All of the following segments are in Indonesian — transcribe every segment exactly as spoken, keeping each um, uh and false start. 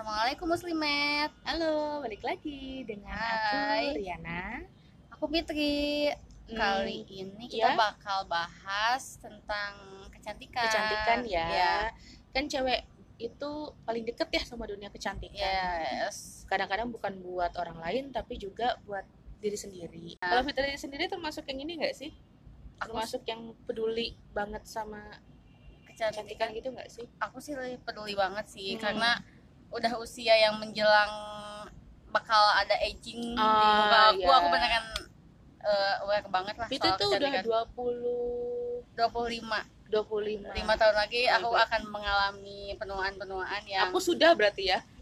Assalamualaikum Muslimet. Halo, balik lagi dengan Hai. aku Riana. Aku Fitri. Hmm, Kali ini kita ya. bakal bahas tentang kecantikan. Kecantikan ya. Ya. Kan cewek itu paling deket ya sama dunia kecantikan. Yes. Kadang-kadang bukan buat orang lain tapi juga buat diri sendiri. Kalau Fitri sendiri termasuk yang ini nggak sih? Aku Termasuk yang peduli banget sama kecantikan kecantikan. gitu nggak sih? Aku sih lebih peduli banget sih Hmm. karena udah usia yang menjelang bakal ada aging di Ah, muka aku. iya. Aku beneran uh, aware banget lah Fitri soal tuh udah kecantikan. dua puluh dua puluh lima dua puluh lima. lima tahun lagi Oh, aku baik. akan mengalami penuaan-penuaan yang Aku sudah berarti ya.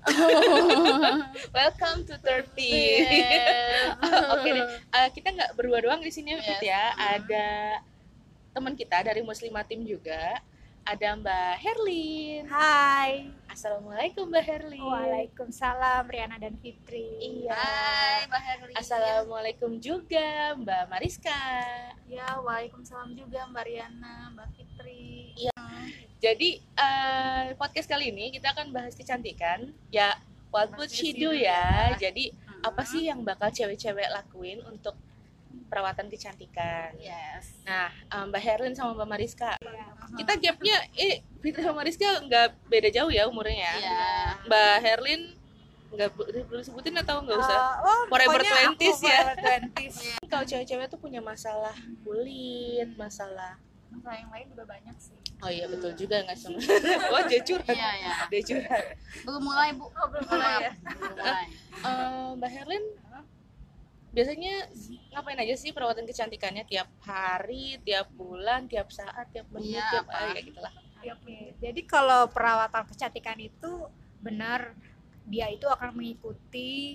Welcome to thirty. Yes. Oke deh, uh, kita nggak berdua doang di sini ya, Fit, Yes. ya. Hmm. Ada teman kita dari Muslimah Team juga. Ada Mbak Herlin. Hai. Assalamualaikum Mbak Herlin. Waalaikumsalam Riana dan Fitri. Iya. Hai Mbak Herlin. Assalamualaikum juga Mbak Mariska. Ya, waalaikumsalam juga Mbak Riana, Mbak Fitri. Jadi uh, podcast kali ini kita akan bahas kecantikan. Ya, what would she do ya? Jadi Hmm. apa sih yang bakal cewek-cewek lakuin untuk perawatan kecantikan? Yes. Nah, um, Mbak Herlin sama Mbak Mariska, Ya. kita gapnya eh Fitri sama Mariska nggak beda jauh ya umurnya ya. Iya. Mbak Herlin nggak bu- perlu sebutin atau nggak usah? Uh, oh, Forever pokoknya aku twenties ya. forever twenties. Kalau cewek-cewek tuh punya masalah kulit, masalah. Masalah yang lain juga banyak sih. Oh iya betul juga nggak semua. Oh dia curhat. Iya ya. Dia curhat. Belum mulai Bu. Oh, belum Mulai mulai ya. Belum mulai. Eh, Mbak Herlin biasanya ngapain aja sih perawatan kecantikannya tiap hari, tiap bulan, tiap saat, tiap menit, Iya, tiap apa? hari kayak gitulah. Ya, Oke, jadi kalau perawatan kecantikan itu benar dia itu akan mengikuti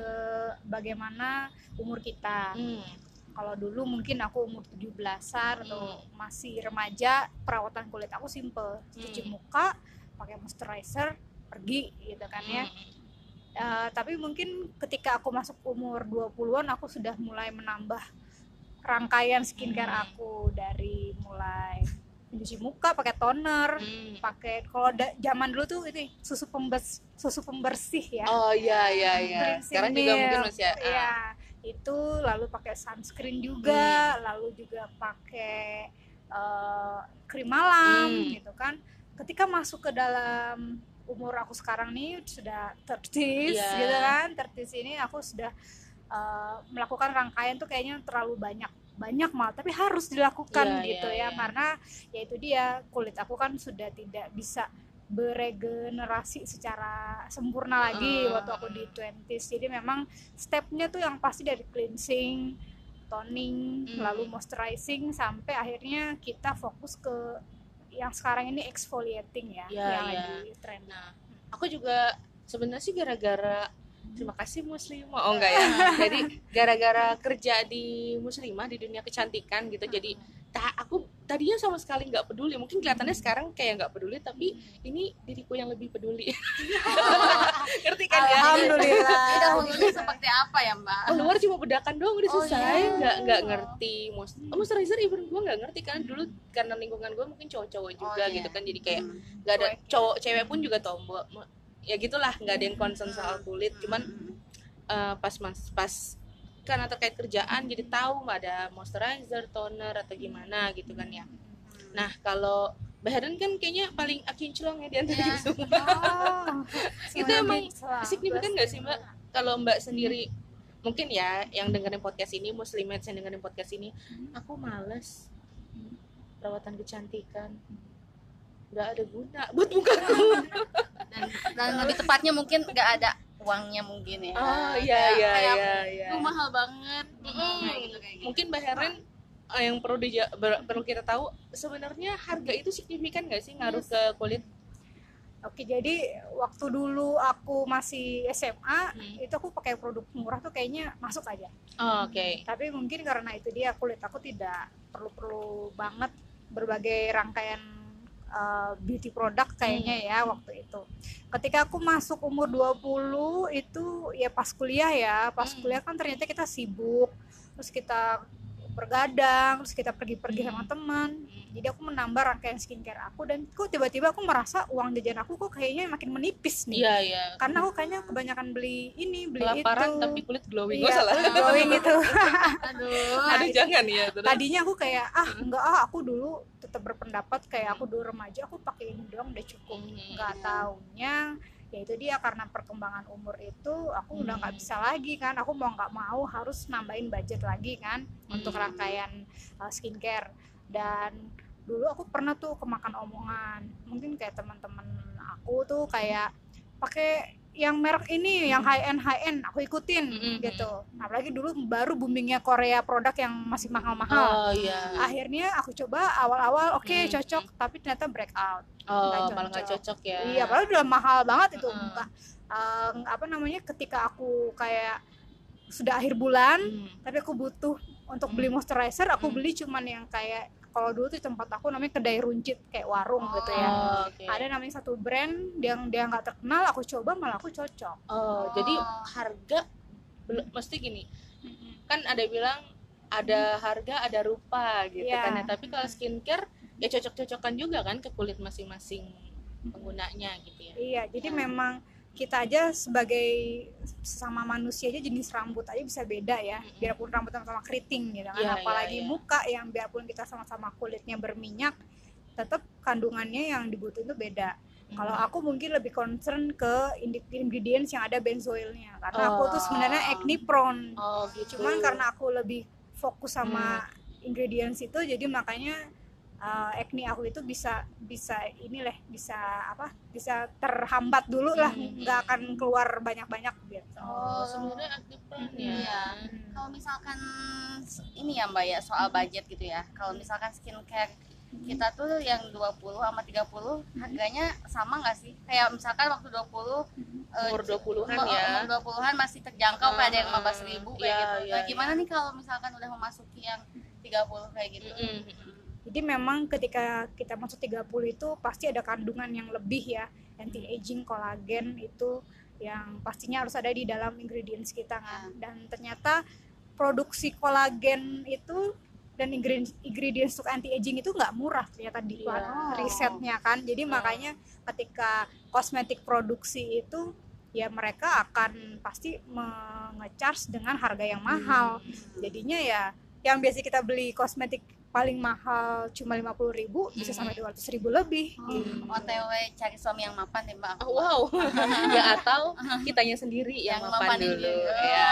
sebagaimana umur kita. Hmm. Kalau dulu mungkin aku umur tujuh belasan atau Hmm. masih remaja, perawatan kulit aku simple, cuci Hmm. muka, pakai moisturizer, pergi gitu kan ya. Hmm. Uh, tapi mungkin ketika aku masuk umur dua puluhan aku sudah mulai menambah rangkaian skincare Hmm. aku, dari mulai mencuci muka pakai toner, Hmm. pakai kalau da- zaman dulu tuh ini susu pembers susu pembersih ya. Oh iya iya iya. Cleansing Sekarang juga milk. mungkin masih ah. Iya, itu lalu pakai sunscreen juga, lalu juga pakai uh, krim malam Hmm. gitu kan. Ketika masuk ke dalam umur aku sekarang nih sudah thirties Iya. gitu kan, thirties ini aku sudah uh, melakukan rangkaian tuh kayaknya terlalu banyak banyak mal, tapi harus dilakukan Iya, gitu iya, ya, iya. karena ya itu dia, kulit aku kan sudah tidak bisa beregenerasi secara sempurna lagi Uh. waktu aku di twenties. Jadi memang stepnya tuh yang pasti dari cleansing, toning, Hmm. lalu moisturizing, sampai akhirnya kita fokus ke yang sekarang ini exfoliating ya, Iya, yang iya. lagi tren. Nah, aku juga sebenarnya sih gara-gara terima kasih Muslimah. Oh enggak ya. Jadi gara-gara kerja di Muslimah di dunia kecantikan gitu. Jadi ta- aku tadinya sama sekali nggak peduli. Mungkin kelihatannya sekarang kayak nggak peduli, tapi ini diriku yang lebih peduli. Ngerti kan ya? Alhamdulillah. Ini dahulunya seperti apa ya Mbak? Keluar cuma bedakan doang udah Oh, selesai, iya. nggak nggak ngerti Mos- oh, moisturizer even gue nggak ngerti kan dulu karena lingkungan gue mungkin cowok-cowok juga Oh, iya. gitu kan, jadi kayak Hmm. nggak ada Cuek ya. cowok cewek pun juga tombol ya gitulah, nggak ada yang concern soal kulit. Cuman Hmm. eh, pas mas pas karena terkait kerjaan jadi tahu ada moisturizer, toner atau gimana gitu kan ya. Nah kalau Mbak Heren kan kayaknya paling akinclong ya di antara Iya. kita semua. Oh, Itu semuanya emang gitu. signifikan nggak sih Mbak? Kalau Mbak sendiri mungkin ya yang dengerin podcast ini, muslimat yang dengerin podcast ini, aku males perawatan kecantikan, nggak ada guna buat mukaku. dan dan lebih tepatnya mungkin nggak ada uangnya mungkin ya. Oh iya Kayak- iya kayak iya iya. Itu mahal banget. Mm-mm. Kayak gitu kayak gitu. Mungkin Mbak Heren eh, yang perlu dija- ber- perlu kita tahu sebenarnya harga itu signifikan nggak sih ngaruh Yes. ke kulit? Oke, jadi waktu dulu aku masih S M A, Hmm. itu aku pakai produk murah tuh kayaknya masuk aja. Oh, Oke. Tapi mungkin karena itu dia, kulit aku tidak perlu-perlu banget berbagai rangkaian uh, beauty product kayaknya ya waktu itu. Ketika aku masuk umur dua puluh itu ya pas kuliah ya, pas Hmm. kuliah kan ternyata kita sibuk, terus kita bergadang, terus kita pergi-pergi Hmm. sama teman. Jadi aku menambah rangkaian skincare aku, dan kok tiba-tiba aku merasa uang jajan aku kok kayaknya makin menipis nih. Iya iya. Karena aku kayaknya kebanyakan beli ini, beli Kelaparan itu. tapi kulit glowing. Iya, Oh salah. glowing itu. Aduh. Aduh jangan ya. Terus. Tadinya aku kayak ah enggak ah aku dulu tetap berpendapat kayak aku dulu remaja aku pakai ini doang udah cukup. Hmm. Nggak taunya ya itu dia, karena perkembangan umur itu aku udah nggak Hmm. bisa lagi kan, aku mau nggak mau harus nambahin budget lagi kan untuk Hmm. rangkaian uh, skincare. Dan dulu aku pernah tuh kemakan omongan, mungkin kayak teman-teman aku tuh kayak pakai yang merek ini, yang high end high end aku ikutin Hmm. gitu. Apalagi dulu baru boomingnya Korea produk yang masih mahal-mahal. Oh iya. Akhirnya aku coba awal-awal oke Hmm. cocok, tapi ternyata breakout. Oh nggak malah nggak cocok. cocok ya. Iya, padahal udah mahal banget itu. Heeh. Entah, eh, apa namanya, ketika aku kayak sudah akhir bulan, Hmm. tapi aku butuh untuk Hmm. beli moisturizer, aku Hmm. beli cuman yang kayak kalau dulu tuh tempat aku namanya kedai runcit kayak warung gitu ya. Oh, oke. Ada namanya satu brand yang dia nggak terkenal, aku coba malah aku cocok. Oh, jadi harga belum mesti gini. Kan ada bilang ada harga ada rupa gitu Iya. kan ya. Tapi kalau skincare ya cocok-cocokan juga kan ke kulit masing-masing penggunanya gitu ya. Iya, jadi Ya. memang kita aja sebagai sesama manusia aja jenis rambut aja bisa beda ya. Mm-mm. Biarpun rambut sama-sama keriting gitu kan, Iya, apalagi iya, iya. muka yang biarpun kita sama-sama kulitnya berminyak, tetap kandungannya yang dibutuhin itu beda. Kalau Hmm. aku mungkin lebih concern ke indi- ingredients yang ada benzoilnya, karena aku tuh Oh. sebenarnya acne prone. Oh gitu. Cuman karena aku lebih fokus sama ingredients itu, jadi makanya uh, acne aku itu bisa bisa inilah bisa apa bisa terhambat dulu lah, Hmm. nggak akan keluar banyak-banyak gitu. Oh, sebenarnya aktif prone ya. Iya. Hmm. Kalau misalkan s- ini ya Mbak ya, soal budget gitu ya. Kalau misalkan skincare kita tuh yang dua puluh sama tiga puluh harganya sama nggak sih? Kayak misalkan waktu dua puluh eh, Umur dua puluhan umur- ya. umur dua puluhan masih terjangkau, kayak ada yang Ah, lima belas ribu kayak iya, gitu. iya, Nah, gimana iya. nih kalau misalkan udah memasuki yang tiga puluh kayak gitu? Mm-mm. Jadi memang ketika kita masuk tiga puluh itu pasti ada kandungan yang lebih ya, anti aging, kolagen itu yang pastinya harus ada di dalam ingredients kita kan. Dan ternyata produksi kolagen itu dan ingredients, ingredients untuk anti aging itu nggak murah ternyata di Iya. risetnya kan. Jadi Iya. makanya ketika kosmetik produksi itu ya mereka akan pasti menge-charge dengan harga yang mahal. Jadinya ya yang biasa kita beli kosmetik paling mahal cuma lima puluh ribu bisa Hmm. sampai dua ratus ribu lebih. Hmm. O T W cari suami yang mapan deh Mbak. Oh, wow. Ya atau kitanya sendiri yang, Yang mapan mapanin dulu. dulu. Ya.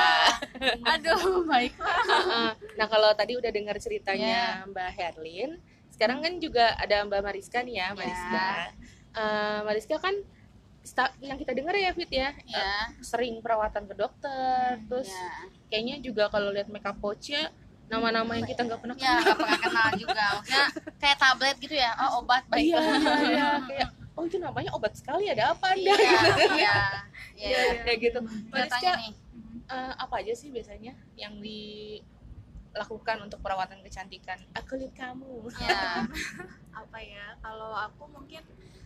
Aduh, baiklah. Heeh. Nah kalau tadi udah dengar ceritanya Mbak Herlin, sekarang kan juga ada Mbak Mariska nih ya, Mariska. Eh, Mariska kan sta- yang kita dengar ya Fit ya, Ya. eh, sering perawatan ke dokter, terus Ya. kayaknya juga kalau lihat makeup pouch-nya nama-nama yang kita nggak pernah Ya, nggak pernah kenal juga. Maksudnya kayak tablet gitu ya. Oh, obat Iya, baiklah. iya, kayak oh itu namanya obat sekali, ada apa Anda? Iya, Gitu. iya. Iya, Iya. kayak gitu. Kita Mariska, tanya nih. eh, apa aja sih biasanya yang dilakukan untuk perawatan kecantikan ah, kulit kamu? Ya. Apa ya, kalau aku mungkin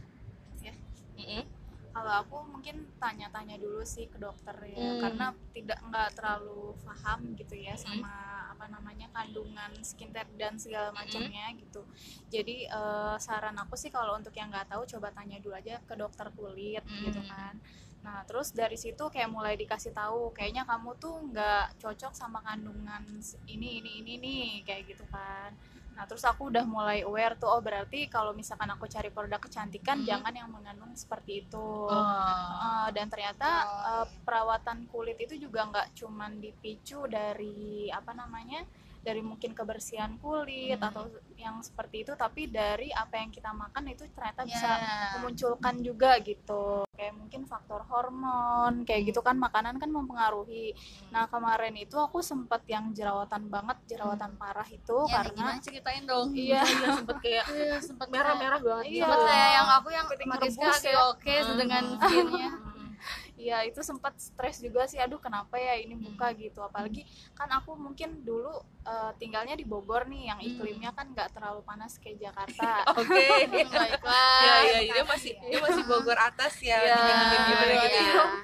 Mm-mm. kalau aku mungkin tanya-tanya dulu sih ke dokter ya, Hmm. karena tidak nggak terlalu paham gitu ya Hmm. sama apa namanya kandungan skincare dan segala macamnya gitu. Jadi eh, saran aku sih kalau untuk yang nggak tahu coba tanya dulu aja ke dokter kulit gitu Hmm. kan. Nah terus dari situ kayak mulai dikasih tahu kayaknya kamu tuh nggak cocok sama kandungan ini ini ini nih kayak gitu kan. Nah terus aku udah mulai aware tuh, oh berarti kalau misalkan aku cari produk kecantikan Hmm. jangan yang mengandung seperti itu. Oh. Uh, dan ternyata uh, perawatan kulit itu juga nggak cuman dipicu dari apa namanya dari mungkin kebersihan kulit Hmm. atau yang seperti itu, tapi dari apa yang kita makan itu ternyata Ya. bisa memunculkan juga gitu, kayak mungkin faktor hormon kayak gitu kan, makanan kan mempengaruhi. Nah kemarin itu aku sempet yang jerawatan banget, jerawatan parah itu Ya, karena gimana ceritain dong. iya Iya, sempet kayak Iya, sempet merah-merah banget. Iya. Sempet kayak yang aku yang Seperti Mariska ngerebus lagi ya. oke Hmm. dengan skinnya. iya itu sempat stres juga sih, aduh kenapa ya ini buka gitu, apalagi kan aku mungkin dulu uh, tinggalnya di Bogor nih yang Hmm. iklimnya kan nggak terlalu panas kayak Jakarta. Oke. Baiklah. Ya, ya, dia masih dia masih Bogor atas ya, Iya. dingin-dingin gimana gitu ya. Masih Nah,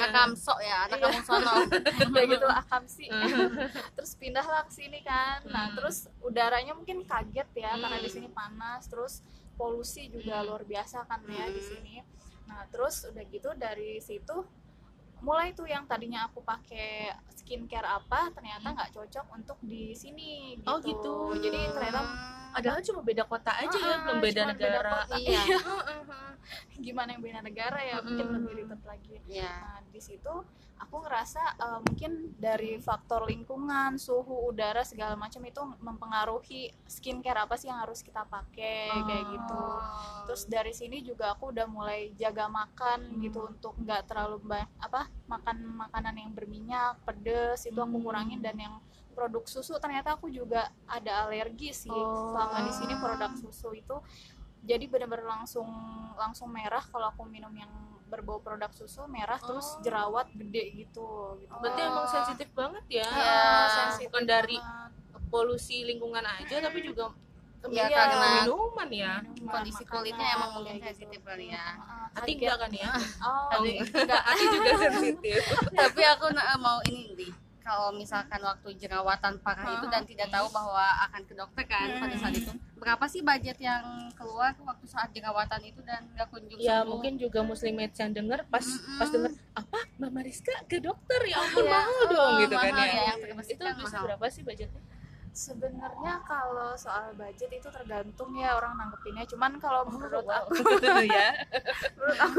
Akamso ya, anak kampung sono. kayak gitu akamsi. Terus pindahlah ke sini kan. Nah, Hmm. terus udaranya mungkin kaget ya Hmm. karena di sini panas, terus polusi juga Hmm. luar biasa kan ya di Hmm. sini. Nah, terus udah gitu dari situ mulai tuh yang tadinya aku pakai skincare apa ternyata nggak cocok untuk di sini gitu. Oh, gitu. Jadi ternyata Padahal cuma beda kota aja ya, Ah, belum beda cuman beda negara. kota. Iya. Gimana yang beda negara ya, mungkin Mm-mm. lebih ribet lagi. Iya. Nah, di situ aku ngerasa eh, mungkin dari faktor lingkungan, suhu udara segala macam itu mempengaruhi skincare apa sih yang harus kita pakai kayak gitu. Terus dari sini juga aku udah mulai jaga makan gitu untuk nggak terlalu banyak apa makan makanan yang berminyak, pedes itu aku Hmm. kurangin, dan yang produk susu ternyata aku juga ada alergi sih Oh. selama di sini produk susu itu. Jadi benar-benar langsung langsung merah kalau aku minum yang berbau produk susu, merah terus Oh. jerawat gede gitu gitu. Berarti Oh. emang sensitif banget ya. Iya. Sensitif Bukan dari banget. polusi lingkungan aja, tapi juga Ya, Iya. karena minuman ya. Minuman, kondisi makanan, kulitnya emang mungkin kayak sensitif gitu. kali ya. Heeh, Hati kaget. enggak kan ya? Oh, Oh, enggak, hati juga sensitif. Tapi aku na- mau ini nih, kalau misalkan waktu jerawatan parah itu dan tidak tahu bahwa akan ke dokter kan pada saat itu, berapa sih budget yang keluar waktu saat jerawatan itu dan nggak kunjung Ya sembuh? mungkin juga muslimates yang denger pas Mm-mm. pas denger apa Mbak Mariska ke dokter, ya ampun Iya. mahal dong Oh, gitu kan mahal ya. ya, yang terbesit Itu kan bisa mahal. berapa sih budgetnya? sebenarnya kalau soal budget itu tergantung ya orang nanggepinnya. Cuman kalau menurut wow. aku, ya. menurut aku,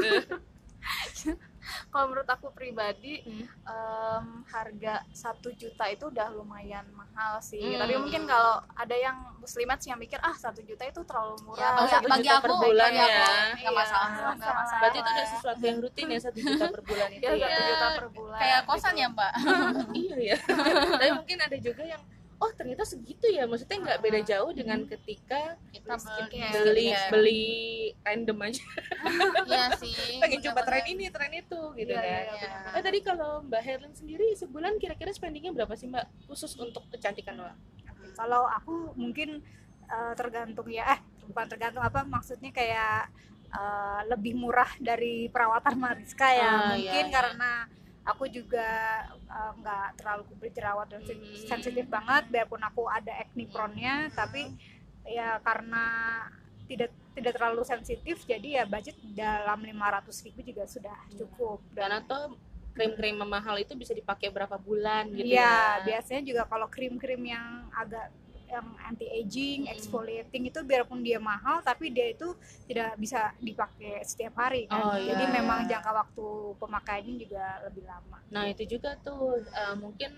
kalau menurut aku pribadi, Hmm. em, harga satu juta itu udah lumayan mahal sih. Hmm. Tapi mungkin kalau ada yang muslimat yang mikir ah satu juta itu terlalu Ya, murah. bagi, satu bagi juta aku per bulan bagi ya. aku nggak Iya, masalah, nggak nggak masalah. Berarti itu udah sesuatu yang rutin ya, satu juta per bulan itu Ya, ya. satu juta per bulan. Kayak kosan gitu. ya mbak. Iya ya. Tapi mungkin ada juga yang oh ternyata segitu ya, maksudnya nggak beda jauh dengan ketika Kita skincare. beli skincare. beli random aja, Iya sih. pengen coba benar-benar. tren ini tren itu gitu Iya, kan. iya, Iya. Eh tadi kalau Mbak Herlin sendiri sebulan kira-kira spendingnya berapa sih Mbak, khusus untuk kecantikan doang? Kalau aku mungkin eh, tergantung ya, eh bukan tergantung apa maksudnya kayak eh, lebih murah dari perawatan Mariska ya, Ah, mungkin iya, iya. karena aku juga eh, nggak terlalu berjerawat dan sen- Hmm. sensitif banget, biarpun aku ada acne prone-nya, tapi ya karena tidak tidak terlalu sensitif, jadi ya budget dalam lima ratus ribu juga sudah cukup. Dan atau krim-krim mahal itu bisa dipakai berapa bulan gitu Iya, ya. biasanya juga kalau krim-krim yang agak yang anti aging, Hmm. exfoliating itu biarpun dia mahal tapi dia itu tidak bisa dipakai setiap hari kan. Oh, iya. Jadi memang jangka waktu pemakaiannya juga lebih lama. Nah itu juga tuh eh, mungkin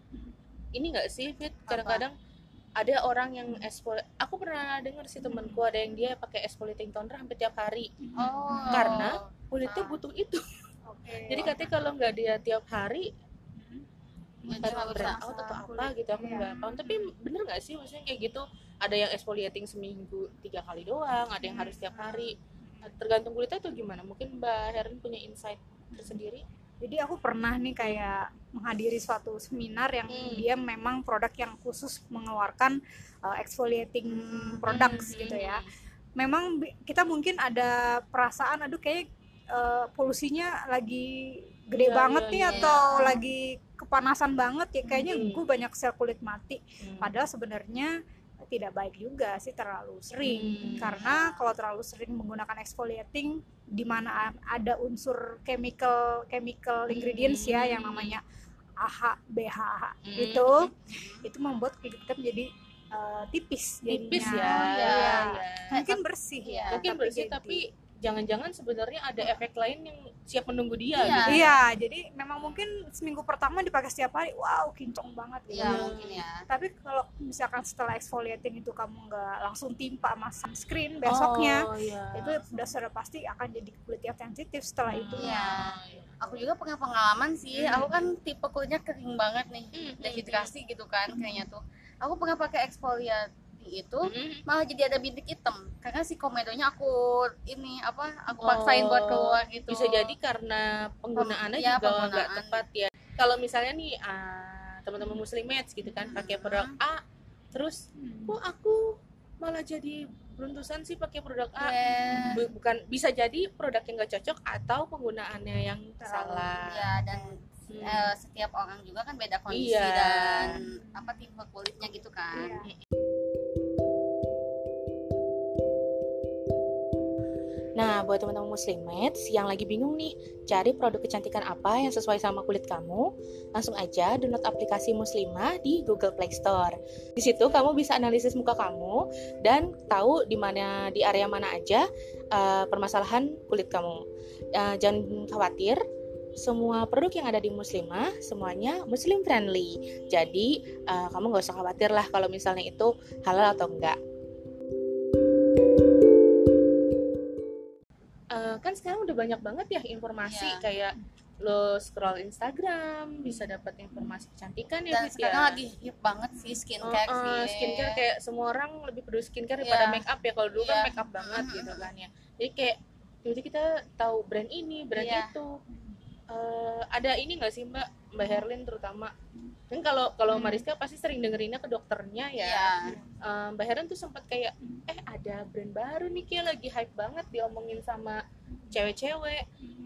ini nggak sih Fit, kadang-kadang ada orang yang exfoliate. Aku pernah dengar sih temanku ada yang dia pakai exfoliating toner hampir tiap hari Oh. karena kulitnya Ah. butuh itu. Oke. Jadi katanya kalau nggak dia tiap hari Ya, kayak cuma burn bisa out atau masalah apa gitu aku Iya. nggak paham. Tapi bener nggak sih maksudnya kayak gitu, ada yang exfoliating seminggu tiga kali doang, ada yang harus tiap hari. Nah, tergantung kulitnya tuh gimana. Mungkin Mbak Herin punya insight tersendiri. Jadi aku pernah nih kayak menghadiri suatu seminar yang Hmm. dia memang produk yang khusus mengeluarkan uh, exfoliating products Hmm. gitu ya. Memang bi- kita mungkin ada perasaan aduh kayak uh, polusinya lagi gede Iya, banget iya, nih iya. atau lagi kepanasan banget ya kayaknya Hmm. gue banyak sel kulit mati. Hmm. Padahal sebenarnya tidak baik juga sih terlalu sering, Hmm. karena kalau terlalu sering menggunakan exfoliating di mana a- ada unsur chemical chemical ingredients ya yang namanya A H, B H H Hmm. itu itu membuat kulit kita menjadi uh, tipis jadinya. Tipis ya. Iya. Iya. Mungkin bersih ya. Mungkin bersih jadi- tapi jangan-jangan sebenarnya ada efek lain yang siap menunggu dia Iya. gitu. Iya, jadi memang mungkin seminggu pertama dipakai setiap hari, wow kinclong banget gitu. Iya Hmm. mungkin ya. Tapi kalau misalkan setelah exfoliating itu kamu nggak langsung timpa sama sunscreen besoknya, Oh, iya. itu udah sudah pasti akan jadi kulit yang sensitif setelah itu. Iya. iya. Aku juga punya pengalaman sih. Hmm. Aku kan tipe kulitnya kering banget nih, Hmm. dehidrasi gitu kan kayaknya tuh. Aku pernah pakai exfoliating itu Mm-mm. malah jadi ada bintik hitam karena si komedonya aku ini apa aku Oh, paksain buat keluar gitu. Bisa jadi karena penggunaannya Iya, juga nggak penggunaan. tepat ya. Kalau misalnya nih ah, teman-teman muslimates gitu kan pakai produk A, terus Hmm. kok aku malah jadi beruntusan sih pakai produk A. Iya. Bu- bukan, bisa jadi produk yang nggak cocok atau penggunaannya yang salah. Ya, dan Hmm. eh, setiap orang juga kan beda kondisi Iya. dan apa tipe kulitnya gitu kan. Iya. Nah, buat teman-teman muslimates yang lagi bingung nih, cari produk kecantikan apa yang sesuai sama kulit kamu, langsung aja download aplikasi Muslimah di Google Play Store. Di situ kamu bisa analisis muka kamu dan tahu di mana di area mana aja uh, permasalahan kulit kamu. Uh, jangan khawatir, semua produk yang ada di Muslimah semuanya Muslim friendly. Jadi uh, kamu nggak usah khawatir lah kalau misalnya itu halal atau enggak. Uh, kan sekarang udah banyak banget ya informasi, Iya. kayak lo scroll Instagram bisa dapat informasi kecantikan ya, Dan Fit, sekarang ya. lagi hip banget sih skincare Uh, uh, sih. skincare kayak semua orang lebih peduli skincare daripada Iya. make up ya. Kalau dulu kan Iya. make up banget Mm-mm. gitu kan ya. Jadi kayak jadi kita tahu brand ini, brand Iya. itu. Uh, ada ini nggak sih Mbak, Mbak Herlin terutama? Kan kalau kalau Hmm. Mariska pasti sering dengerinnya ke dokternya ya. Iya. Uh, Mbak Herlin tuh sempat kayak eh ada brand baru nih kayak lagi hype banget diomongin sama cewek-cewek.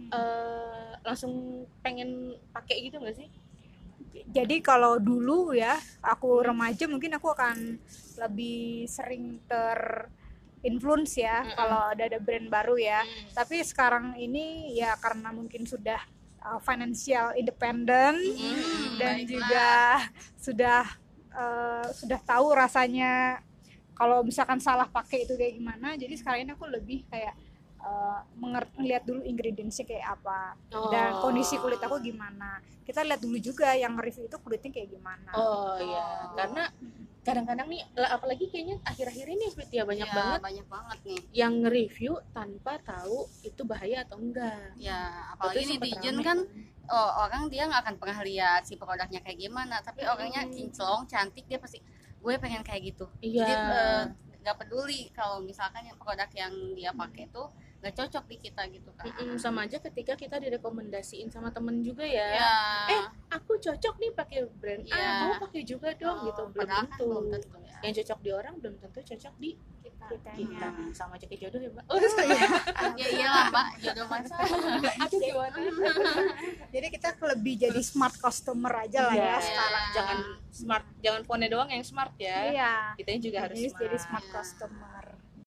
Uh, langsung pengen pakai gitu nggak sih? Jadi kalau dulu ya aku remaja mungkin aku akan lebih sering terinfluence ya Mm-mm. kalau ada ada brand baru ya. Hmm. Tapi sekarang ini ya karena mungkin sudah uh, financial independent Mm-mm. dan baiklah. juga sudah uh, sudah tahu rasanya kalau misalkan salah pakai itu kayak gimana. Jadi sekarang ini aku lebih kayak uh, mengerti, lihat dulu ingredientsnya kayak apa dan Oh. kondisi kulit aku gimana. Kita lihat dulu juga yang review itu kulitnya kayak gimana. Oh iya, karena kadang-kadang nih lah, apalagi kayaknya akhir-akhir ini Fit, ya banyak Iya, banget banyak banget nih. yang nge-review tanpa tahu itu bahaya atau enggak. Ya, Itu apalagi sempet netizen rame. kan oh, orang dia nggak akan pernah lihat si produknya kayak gimana, tapi orangnya kinclong, cantik, dia pasti gue pengen kayak gitu. Iya. Jadi eh, nggak peduli kalau misalkan yang produk yang dia pakai itu nggak cocok di kita gitu kan. Mm-mm, sama aja ketika kita direkomendasiin sama temen juga ya. Ya. Eh, aku cocok nih pakai brand A, Iya. kamu pakai juga dong Oh, gitu. Belum padahal kan tentu. belum tentu ya. Yang cocok di orang belum tentu cocok di Kitanya. kita. Sama aja kayak jodoh ya, Mbak. Oh, iya. Ya iyalah Mbak, jodoh masa. Aduh gimana? Jadi kita lebih jadi smart customer aja lah ya Iya. sekarang. Jangan smart, jangan phone doang yang smart ya. Iya. Kitanya juga harus Jadi smart. jadi smart Iya. customer.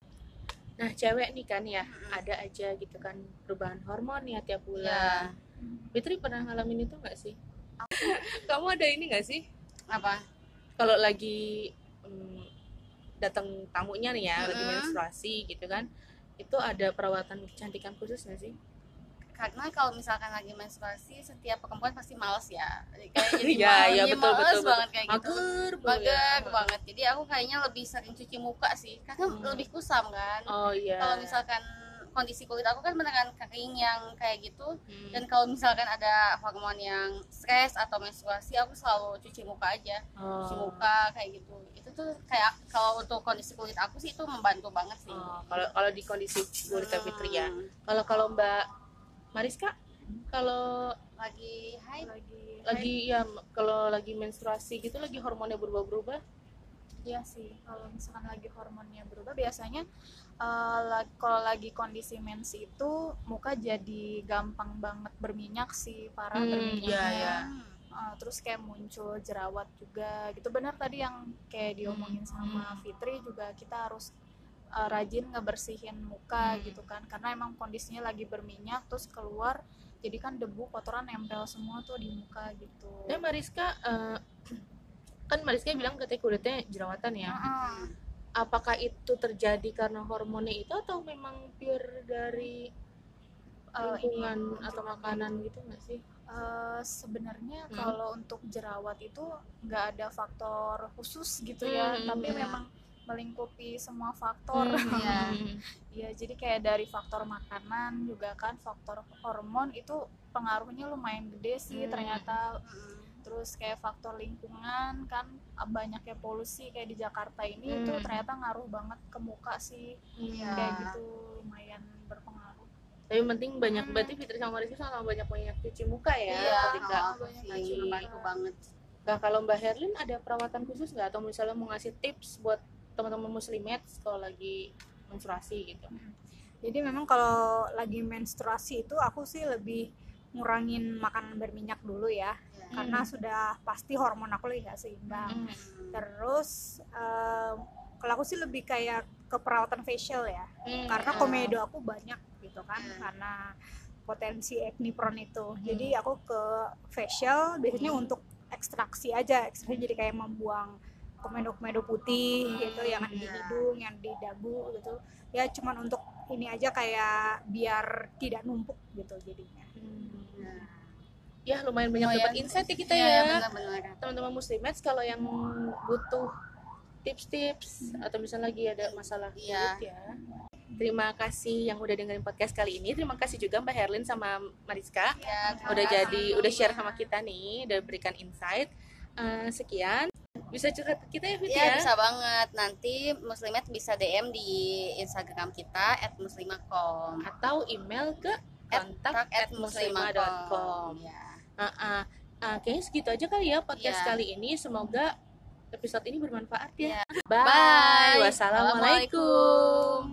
Nah, cewek nih kan ya, ada aja gitu kan perubahan hormon ya tiap Ya. bulan. Fitri pernah ngalamin itu nggak sih? Kamu ada ini nggak sih? Apa? Kalau lagi mm, datang tamunya nih ya, lagi Mm-mm. menstruasi gitu kan, itu ada perawatan kecantikan khusus nggak sih? Karena kalau misalkan lagi menstruasi, setiap perempuan pasti males ya. Kayak jadi Iya, males, iya, jadi betul, males betul, betul. banget kayak gitu. Mager, Bu, Mager ya. banget. Jadi aku kayaknya lebih sering cuci muka sih, karena Hmm. lebih kusam kan. Oh iya. Kalau misalkan kondisi kulit aku kan beneran kering yang kayak gitu, Hmm. dan kalau misalkan ada hormon yang stres atau menstruasi, aku selalu cuci muka aja, Oh. cuci muka kayak gitu. Itu tuh kayak kalau untuk kondisi kulit aku sih itu membantu banget sih. Oh, kalau kalau di kondisi kulit Fitri ya. Hmm. Kalau kalau Mbak Mariska, kalau Lagi haid. lagi lagi ya kalau lagi menstruasi gitu, lagi hormonnya berubah-berubah. Iya sih, kalau misalkan lagi hormonnya berubah biasanya eh, la- kalau lagi kondisi mens itu muka jadi gampang banget berminyak sih, parah Hmm, berminyaknya. iya, iya. Eh, terus kayak muncul jerawat juga gitu. Benar tadi yang kayak diomongin sama Fitri juga, kita harus eh, rajin ngebersihin muka Hmm. gitu kan, karena emang kondisinya lagi berminyak terus keluar, jadi kan debu kotoran nempel semua tuh di muka gitu. Dan Mariska eh, kan Mariska bilang katanya kulitnya jerawatan ya. Heeh. Apakah itu terjadi karena hormonnya itu atau memang pure dari Eh, lingkungan ini, atau makanan gitu nggak sih? Eh, sebenarnya Hmm. kalau untuk jerawat itu nggak ada faktor khusus gitu ya, Hmm, tapi hmm. memang melingkupi semua faktor. Iya. Ya, jadi kayak dari faktor makanan juga kan, faktor hormon itu pengaruhnya lumayan gede sih Hmm. ternyata. Mm. Terus kayak faktor lingkungan kan, banyaknya polusi kayak di Jakarta ini Hmm. itu ternyata ngaruh banget ke muka sih. Iya. Kayak gitu lumayan berpengaruh. Tapi yang penting banyak, berarti Fitri sama Mariska sama banyak banyak cuci muka ya. Iya, ketika aku banyak sih cuci membantu banget. Nah, kalau Mbak Herlin ada perawatan khusus nggak, atau misalnya mau ngasih tips buat teman-teman muslimat kalau lagi menstruasi gitu. Jadi memang kalau lagi menstruasi itu aku sih lebih ngurangin makanan berminyak dulu ya, Ya. karena sudah pasti hormon aku lagi nggak seimbang. Hmm. Terus eh, kalau aku sih lebih kayak ke perawatan facial ya, Hmm. karena Oh. komedo aku banyak gitu kan, Hmm. karena potensi acne prone itu. Jadi aku ke facial biasanya Hmm. untuk ekstraksi aja, ekstraksi jadi kayak membuang komedo-komedo putih gitu, yang ada di Hmm. hidung, yang di dagu gitu. Ya cuman untuk ini aja, kayak biar tidak numpuk gitu jadinya. Hmm. Nah, Ya lumayan banyak lumayan. dapat insight ya kita Iya, ya. benar-benar. Teman-teman muslimats kalau yang butuh tips-tips atau misalnya lagi ada masalah Iya. kulit ya. Terima kasih yang udah dengerin podcast kali ini. Terima kasih juga Mbak Herlin sama Mariska Ya, terima udah kasih. jadi udah share sama kita nih, udah berikan insight. Eh, sekian. Bisa curhat ke kita ya Fit Iya, ya. bisa banget. Nanti Muslimat bisa D M di Instagram kita at muslimakom. Atau email ke kontak at muslimah dot com. Ya. Uh, uh, uh, kayaknya segitu aja kali ya podcast Iya. kali ini. Semoga episode ini bermanfaat ya. Iya. Bye. Bye. Wassalamualaikum.